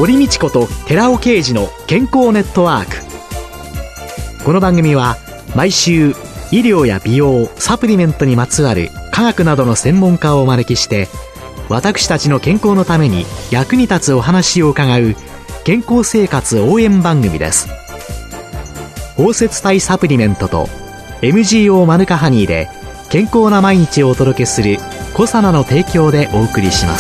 堀道子と寺尾啓二の健康ネットワーク。この番組は毎週医療や美容、サプリメントにまつわる科学などの専門家をお招きして、私たちの健康のために役に立つお話を伺う健康生活応援番組です。包摂体サプリメントと MGO マヌカハニーで健康な毎日をお届けするコサナの提供でお送りします。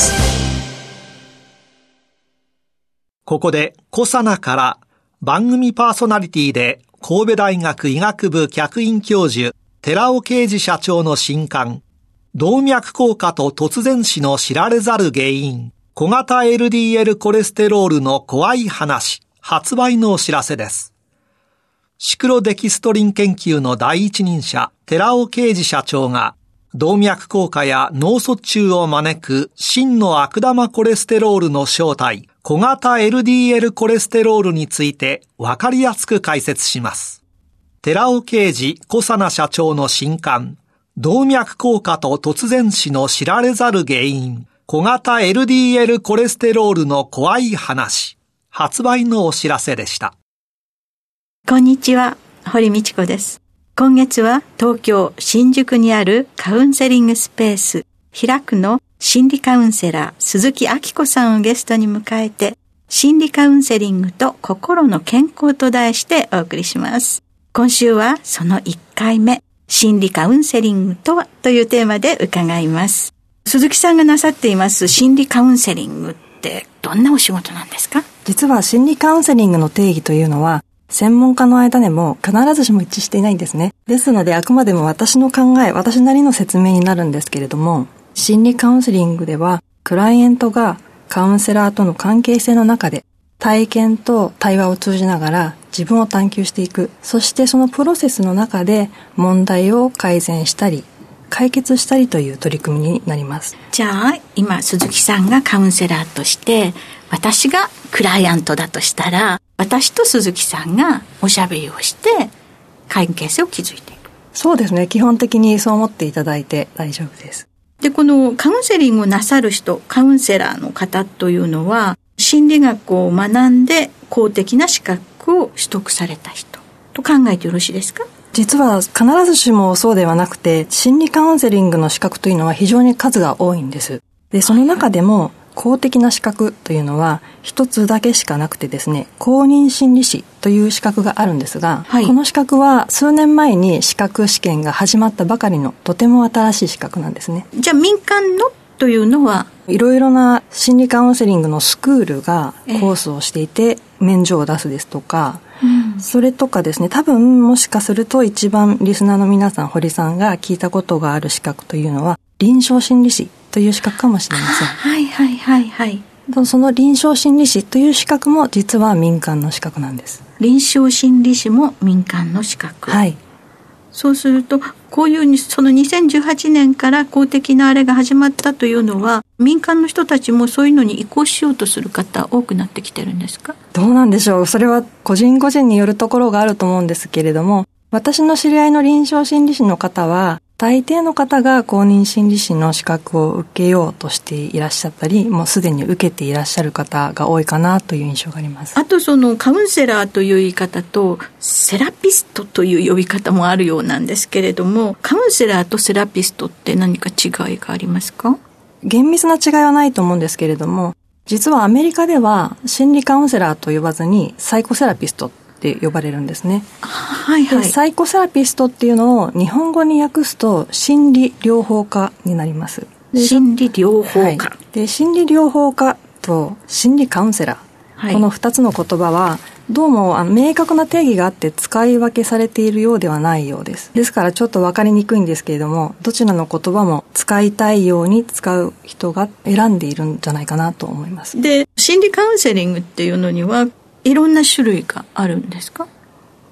ここでコサナから番組パーソナリティで神戸大学医学部客員教授寺尾啓二社長の新刊、動脈硬化と突然死の知られざる原因、小型 LDL コレステロールの怖い話、発売のお知らせです。シクロデキストリン研究の第一人者寺尾啓二社長が、動脈硬化や脳卒中を招く真の悪玉コレステロールの正体、小型 LDL コレステロールについてわかりやすく解説します。寺尾啓二小佐奈社長の新刊、動脈硬化と突然死の知られざる原因、小型 LDL コレステロールの怖い話、発売のお知らせでした。 こんにちは、堀道子です。今月は東京新宿にあるカウンセリングスペース開くの心理カウンセラー鈴木明子さんをゲストに迎えて、心理カウンセリングと心の健康と題してお送りします。今週はその1回目、心理カウンセリングとはというテーマで伺います。鈴木さんがなさっています心理カウンセリングってどんなお仕事なんですか？ 実は心理カウンセリングの定義というのは専門家の間でも必ずしも一致していないんですね。ですのであくまでも私の考え、私なりの説明になるんですけれども、心理カウンセリングではクライエントがカウンセラーとの関係性の中で体験と対話を通じながら自分を探求していく。そしてそのプロセスの中で問題を改善したり解決したりという取り組みになります。 じゃあ今鈴木さんがカウンセラーとして私がクライアントだとしたら、私と鈴木さんがおしゃべりをして関係性を築いていく。 そうですね。基本的にそう思っていただいて大丈夫です。 で、このカウンセリングをなさる人、カウンセラーの方というのは心理学を学んで公的な資格を取得された人と考えてよろしいですか？ 実は必ずしもそうではなくて、心理カウンセリングの資格というのは非常に数が多いんです。で、その中でも公的な資格というのは一つだけしかなくてですね、公認心理師という資格があるんですが、はい、この資格は数年前に資格試験が始まったばかりのとても新しい資格なんですね。 じゃあ民間のというのはいろいろな心理カウンセリングのスクールがコースをしていて、免状を出すですとか、それとかですね、多分もしかすると一番リスナーの皆さん、堀さんが聞いたことがある資格というのは臨床心理士という資格かもしれません。 はいはいはいはい。 その臨床心理士という資格も実は民間の資格なんです。 臨床心理士も民間の資格。 はい。 そうするとこういうその2018年から公的なあれが始まったというのは、民間の人たちもそういうのに移行しようとする方多くなってきてるんですか？ どうなんでしょう。それは個人個人によるところがあると思うんですけれども、私の知り合いの臨床心理士の方は大抵の方が公認心理師の資格を受けようとしていらっしゃったり、もうすでに受けていらっしゃる方が多いかなという印象があります。 あとそのカウンセラーという言い方とセラピストという呼び方もあるようなんですけれども、カウンセラーとセラピストって何か違いがありますか？ 厳密な違いはないと思うんですけれども、実はアメリカでは心理カウンセラーと呼ばずにサイコセラピストって呼ばれるんですね。 はいはい。 でサイコセラピストっていうのを日本語に訳すと心理療法家になります。 心理療法家、はい、 で心理療法家と心理カウンセラー、はい、この2つの言葉はどうも明確な定義があって使い分けされているようではないようです。ですからちょっと分かりにくいんですけれども、どちらの言葉も使いたいように使う人が選んでいるんじゃないかなと思います。 で、心理カウンセリングっていうのにはいろんな種類があるんですか？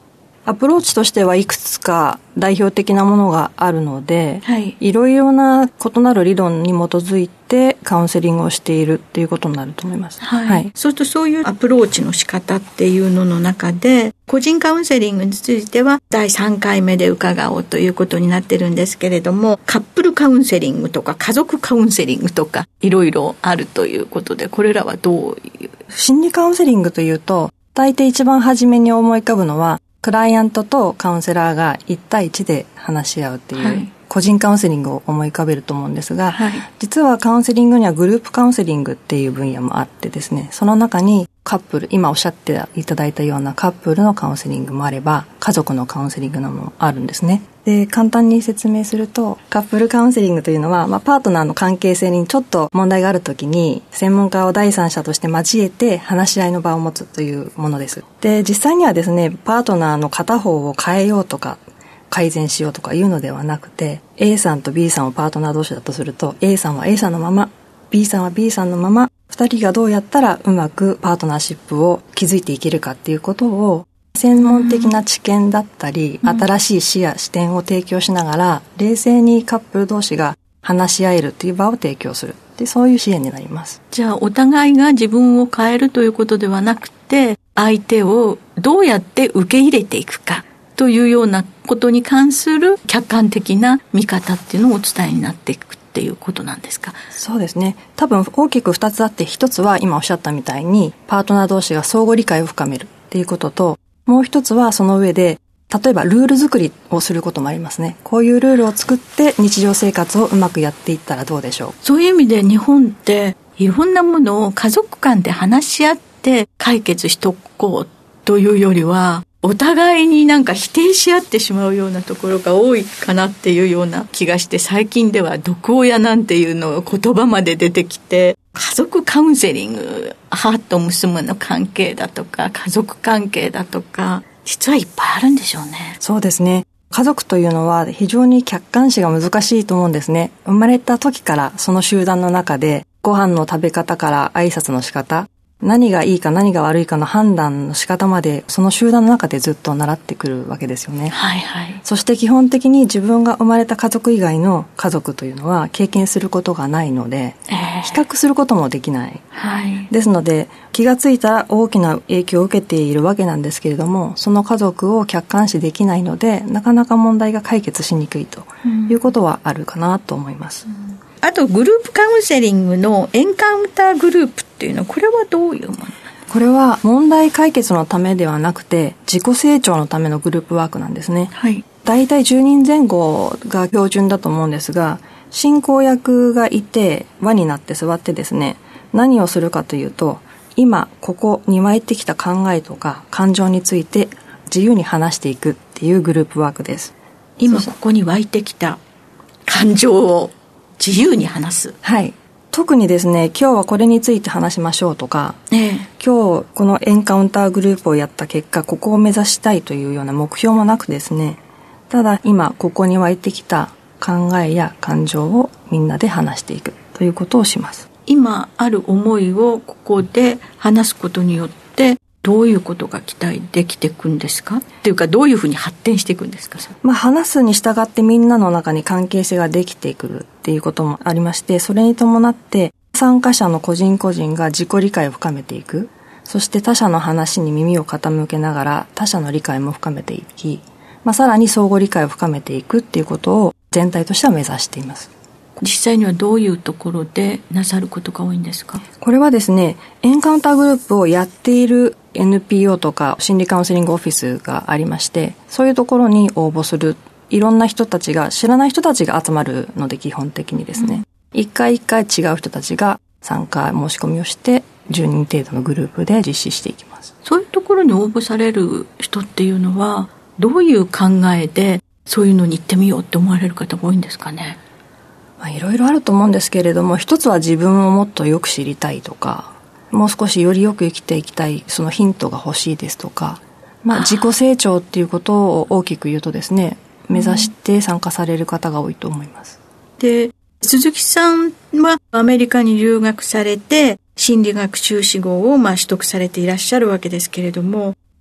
アプローチとしてはいくつか代表的なものがあるので、 はい、 いろいろな異なる理論に基づいてカウンセリングをしているっていうことになると思います。 はいはい、そうするとそういうアプローチの仕方っていうのの中で個人カウンセリングについては第3回目で伺おうということになってるんですけれども、カップルカウンセリングとか家族カウンセリングとかいろいろあるということで、これらはどういう？ 心理カウンセリングというと大抵一番初めに思い浮かぶのはクライアントとカウンセラーが1対1で話し合うっていう、はい、個人カウンセリングを思い浮かべると思うんですが、はい、実はカウンセリングにはグループカウンセリングっていう分野もあってですね、その中にカップル、今おっしゃっていただいたようなカップルのカウンセリングもあれば家族のカウンセリングもあるんですね。で、簡単に説明すると、カップルカウンセリングというのは、パートナーの関係性にちょっと問題があるときに専門家を第三者として交えて話し合いの場を持つというものです。で、実際にはですね、パートナーの片方を変えようとか改善しようとかいうのではなくて、 A さんと B さんをパートナー同士だとすると A さんは A さんのまま B さんは B さんのまま2人がどうやったらうまくパートナーシップを築いていけるかっていうことを専門的な知見だったり、新しい視野視点を提供しながら冷静にカップル同士が話し合えるという場を提供する、でそういう支援になります。 じゃあお互いが自分を変えるということではなくて、相手をどうやって受け入れていくかというようなことに関する客観的な見方っていうのをお伝えになっていくっていうことなんですか？ そうですね。多分大きく2つあって、1つは今おっしゃったみたいにパートナー同士が相互理解を深めるっていうことと、もう1つはその上で例えばルール作りをすることもありますね。こういうルールを作って日常生活をうまくやっていったらどうでしょう。 そういう意味で日本っていろんなものを家族間で話し合って解決しとこうというよりは、お互いになんか否定し合ってしまうようなところが多いかなっていうような気がして、最近では毒親なんていうの言葉まで出てきて、家族カウンセリング、母と娘の関係だとか家族関係だとか、実はいっぱいあるんでしょうね。 そうですね。家族というのは非常に客観視が難しいと思うんですね。生まれた時からその集団の中でご飯の食べ方から挨拶の仕方、何がいいか何が悪いかの判断の仕方まで、その集団の中でずっと習ってくるわけですよね。 はいはい。 そして基本的に自分が生まれた家族以外の家族というのは経験することがないので、比較することもできない。 はい。 ですので気がついたら大きな影響を受けているわけなんですけれども、その家族を客観視できないので、なかなか問題が解決しにくいということはあるかなと思います。 あとグループカウンセリングのエンカウンターグループっていうのは、これはどういうもの？ これは問題解決のためではなくて自己成長のためのグループワークなんですね。 はい。 だいたい10人前後が標準だと思うんですが、進行役がいて輪になって座ってですね、何をするかというと、今ここに湧いてきた考えとか感情について自由に話していくっていうグループワークです。 今ここに湧いてきた感情を自由に話す。 はい。特にですね、今日はこれについて話しましょうとか、今日このエンカウンターグループをやった結果ここを目指したいというような目標もなくですね、ただ今ここに湧いてきた考えや感情をみんなで話していくということをします。 今ある思いをここで話すことによってどういうことが期待できていくんですかっていうか、どういうふうに発展していくんですか？ 話すに従ってみんなの中に関係性ができてくるっていうこともありまして、それに伴って参加者の個人個人が自己理解を深めていく、そして他者の話に耳を傾けながら他者の理解も深めていき、さらに相互理解を深めていくっていうことを全体としては目指しています。 実際にはどういうところでなさることが多いんですか？ これはですね、エンカウンターグループをやっている NPO とか心理カウンセリングオフィスがありまして、そういうところに応募する、いろんな人たちが、知らない人たちが集まるので、基本的にですね、一回一回違う人たちが参加申し込みをして10人程度のグループで実施していきます。 そういうところに応募される人っていうのはどういう考えでそういうのに行ってみようって思われる方が多いんですかね？ いろいろあると思うんですけれども、一つは自分をもっとよく知りたいとか、もう少しよりよく生きていきたい、そのヒントが欲しいですとか、自己成長っていうことを大きく言うとですね、目指して参加される方が多いと思います。 で、鈴木さんはアメリカに留学されて心理学修士号を取得されていらっしゃるわけですけれども、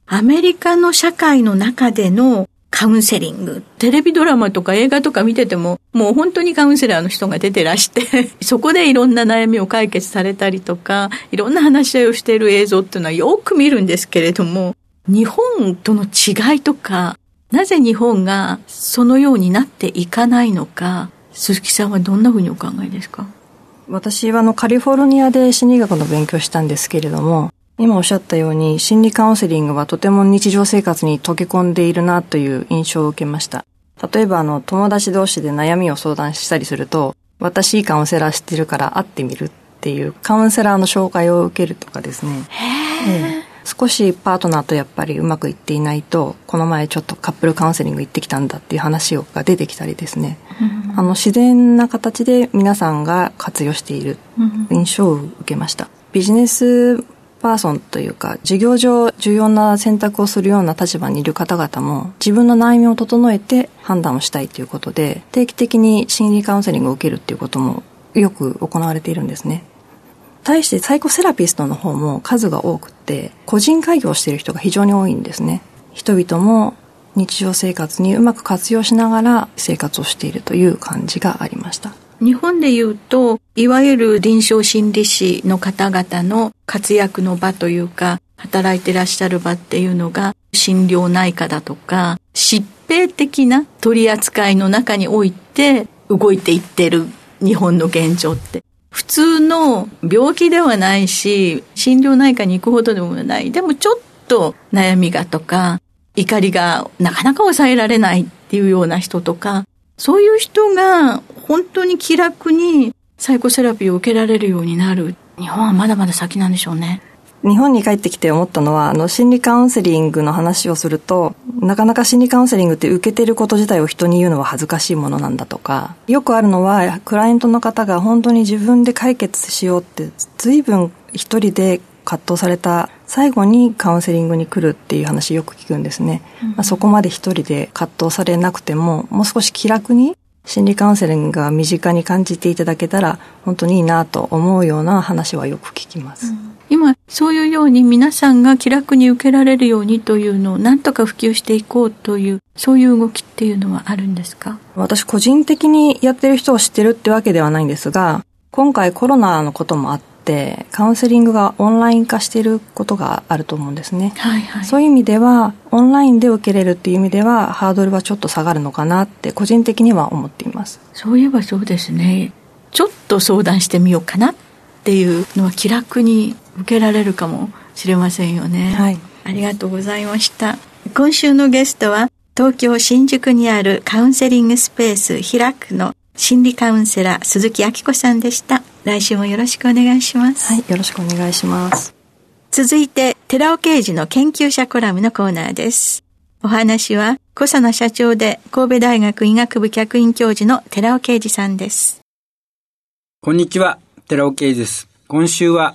アメリカの社会の中でのカウンセリング、テレビドラマとか映画とか見てても、もう本当にカウンセラーの人が出てらしてそこでいろんな悩みを解決されたりとか、いろんな話し合いをしている映像っていうのはよく見るんですけれども、日本との違いとか、なぜ日本がそのようになっていかないのか、鈴木さんはどんなふうにお考えですか？ 私はカリフォルニアで心理学の勉強したんですけれども、今おっしゃったように心理カウンセリングはとても日常生活に溶け込んでいるなという印象を受けました。例えば友達同士で悩みを相談したりすると、私いいカウンセラー知ってるから会ってみるっていうカウンセラーの紹介を受けるとかですね。少しパートナーとやっぱりうまくいっていないと、この前ちょっとカップルカウンセリング行ってきたんだっていう話が出てきたりですね、自然な形で皆さんが活用している印象を受けました。ビジネスパーソンというか、事業上重要な選択をするような立場にいる方々も自分の内面を整えて判断をしたいということで、定期的に心理カウンセリングを受けるっていうこともよく行われているんですね。対してサイコセラピストの方も数が多くて、個人開業している人が非常に多いんですね。人々も日常生活にうまく活用しながら生活をしているという感じがありました。 日本でいうと、いわゆる臨床心理士の方々の活躍の場というか、働いてらっしゃる場っていうのが、心療内科だとか、疾病的な取り扱いの中において動いていってる日本の現状って、普通の病気ではないし、心療内科に行くほどでもない。でもちょっと悩みがとか、怒りがなかなか抑えられないっていうような人とか、そういう人が本当に気楽にサイコセラピーを受けられるようになる。日本はまだまだ先なんでしょうね。 日本に帰ってきて思ったのは、心理カウンセリングの話をすると、なかなか心理カウンセリングって受けてること自体を人に言うのは恥ずかしいものなんだとか、よくあるのは、クライアントの方が本当に自分で解決しようって、随分一人で葛藤された最後にカウンセリングに来るっていう話よく聞くんですね。そこまで一人で葛藤されなくても、もう少し気楽に心理カウンセリングが身近に感じていただけたら本当にいいなと思うような話はよく聞きます。 今そういうように皆さんが気楽に受けられるようにというのを何とか普及していこうという、そういう動きっていうのはあるんですか？ 私個人的にやってる人を知ってるってわけではないんですが、今回コロナのこともあってカウンセリングがオンライン化していることがあると思うんですね、そういう意味ではオンラインで受けれるっていう意味ではハードルはちょっと下がるのかなって個人的には思っています。 そういえばそうですね。ちょっと相談してみようかなっていうのは気楽に受けられるかもしれませんよね。ありがとうございました。今週のゲストは東京新宿にあるカウンセリングスペース開くの心理カウンセラー鈴木明子さんでした。来週もよろしくお願いします。 よろしくお願いします。 続いて寺尾啓二の研究者コラムのコーナーです。お話は小佐奈社長で神戸大学医学部客員教授の寺尾啓二さんです。 こんにちは、寺尾啓二です。今週は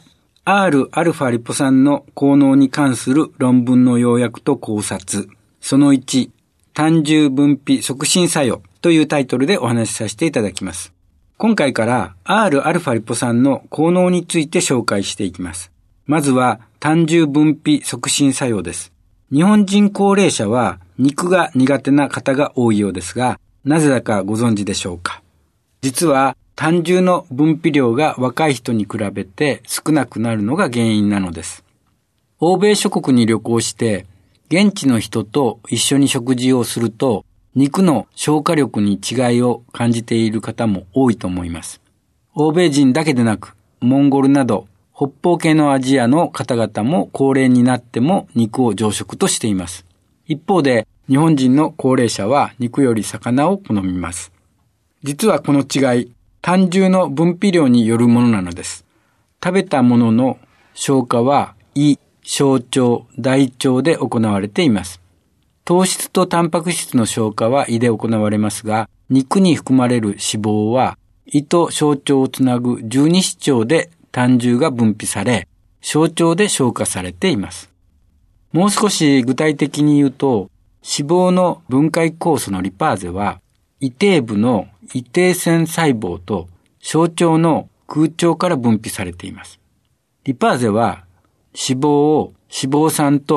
Rα リポ酸の効能に関する論文の要約と考察、その1、単重分泌促進作用というタイトルでお話しさせていただきます。今回から Rα リポ酸の効能について紹介していきます。まずは単重分泌促進作用です。日本人高齢者は肉が苦手な方が多いようですが、なぜだかご存知でしょうか。実は単重の分泌量が若い人に比べて少なくなるのが原因なのです。欧米諸国に旅行して現地の人と一緒に食事をすると肉の消化力に違いを感じている方も多いと思います。欧米人だけでなくモンゴルなど北方系のアジアの方々も高齢になっても肉を常食としています。一方で日本人の高齢者は肉より魚を好みます。実はこの違い、単重の分泌量によるものなのです。食べたものの消化は胃、小腸、大腸で行われています。糖質とタンパク質の消化は胃で行われますが、肉に含まれる脂肪は胃と小腸をつなぐ十二指腸で単重が分泌され、小腸で消化されています。もう少し具体的に言うと、脂肪の分解酵素のリパーゼは、胃底部の胃底腺細胞と小腸の空腸から分泌されています。リパーゼは脂肪を脂肪酸と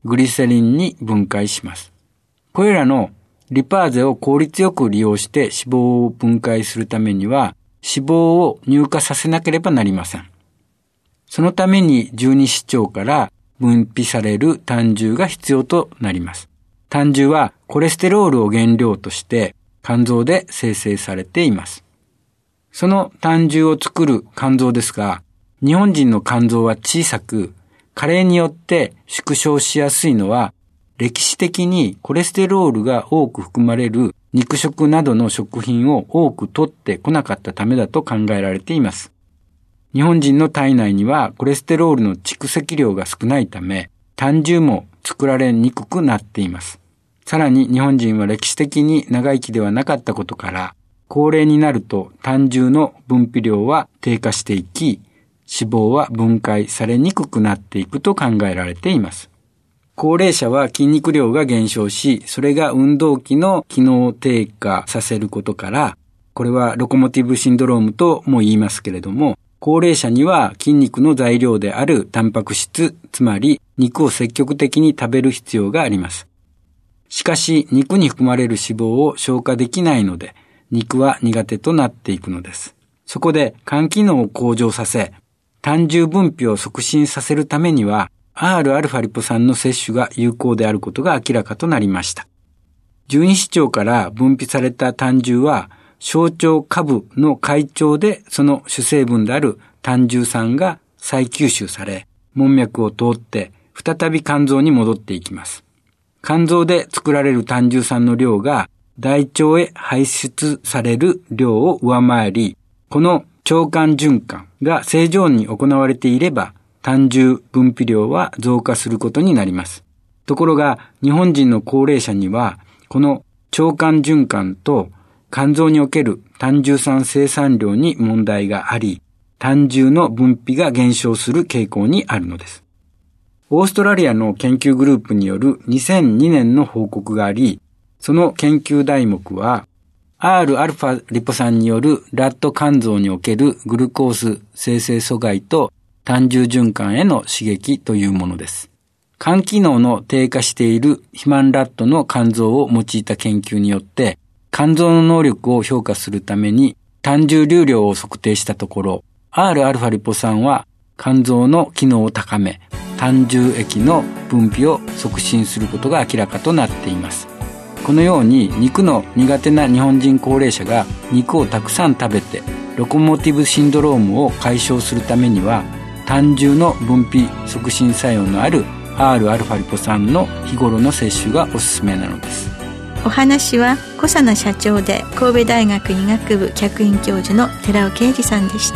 グリセリンに分解します。これらのリパーゼを効率よく利用して脂肪を分解するためには、脂肪を乳化させなければなりません。そのために十二指腸から分泌される胆汁が必要となります。胆汁はコレステロールを原料として肝臓で生成されています。その胆汁を作る肝臓ですが、日本人の肝臓は小さく、加齢によって縮小しやすいのは、歴史的にコレステロールが多く含まれる肉食などの食品を多く摂ってこなかったためだと考えられています。日本人の体内にはコレステロールの蓄積量が少ないため、胆汁も作られにくくなっています。さらに日本人は歴史的に長生きではなかったことから、高齢になると胆汁の分泌量は低下していき、脂肪は分解されにくくなっていくと考えられています。高齢者は筋肉量が減少し、それが運動器の機能を低下させることから、これはロコモティブシンドロームとも言いますけれども、高齢者には筋肉の材料であるタンパク質、つまり肉を積極的に食べる必要があります。しかし、肉に含まれる脂肪を消化できないので、肉は苦手となっていくのです。そこで肝機能を向上させ、胆汁分泌を促進させるためには、Rαリポ酸の摂取が有効であることが明らかとなりました。十二指腸から分泌された胆汁は、小腸下部の回腸でその主成分である胆汁酸が再吸収され、門脈を通って再び肝臓に戻っていきます。肝臓で作られる胆汁酸の量が大腸へ排出される量を上回り、この腸管循環が正常に行われていれば、胆汁分泌量は増加することになります。ところが、日本人の高齢者には、この腸管循環と肝臓における胆汁酸生産量に問題があり、胆汁の分泌が減少する傾向にあるのです。オーストラリアの研究グループによる2002年の報告があり、その研究題目は、Rαリポ酸によるラット肝臓におけるグルコース生成阻害と胆汁循環への刺激というものです。肝機能の低下している肥満ラットの肝臓を用いた研究によって、肝臓の能力を評価するために胆汁流量を測定したところ、Rαリポ酸は肝臓の機能を高め、胆汁液の分泌を促進することが明らかとなっています。このように肉の苦手な日本人高齢者が肉をたくさん食べてロコモティブシンドロームを解消するためには、胆汁の分泌促進作用のある Rαリポ酸の日頃の摂取がおすすめなのです。 お話は小佐奈社長で神戸大学医学部客員教授の寺尾啓二さんでした。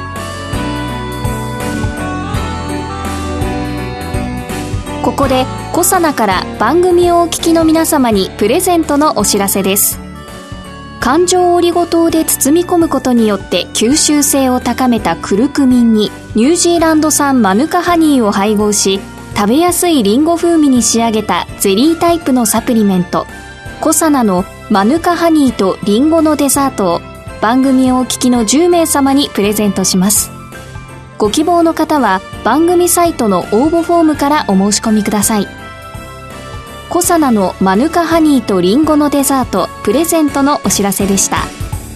ここでコサナから番組をお聞きの皆様にプレゼントのお知らせです。環状オリゴ糖で包み込むことによって吸収性を高めたクルクミンにニュージーランド産マヌカハニーを配合し、食べやすいリンゴ風味に仕上げたゼリータイプのサプリメント、コサナのマヌカハニーとリンゴのデザートを番組をお聞きの10名様にプレゼントします。ご希望の方は番組サイトの応募フォームからお申し込みください。コサナのマヌカハニーとリンゴのデザートプレゼントのお知らせでした。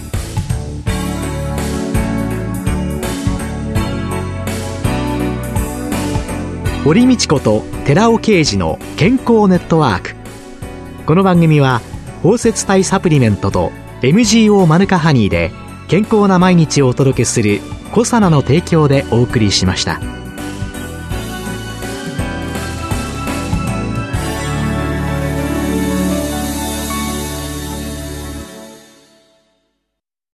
堀道子と寺尾啓二の健康ネットワーク。この番組は包摂体サプリメントと MGO マヌカハニーで健康な毎日をお届けするコサナの提供でお送りしました。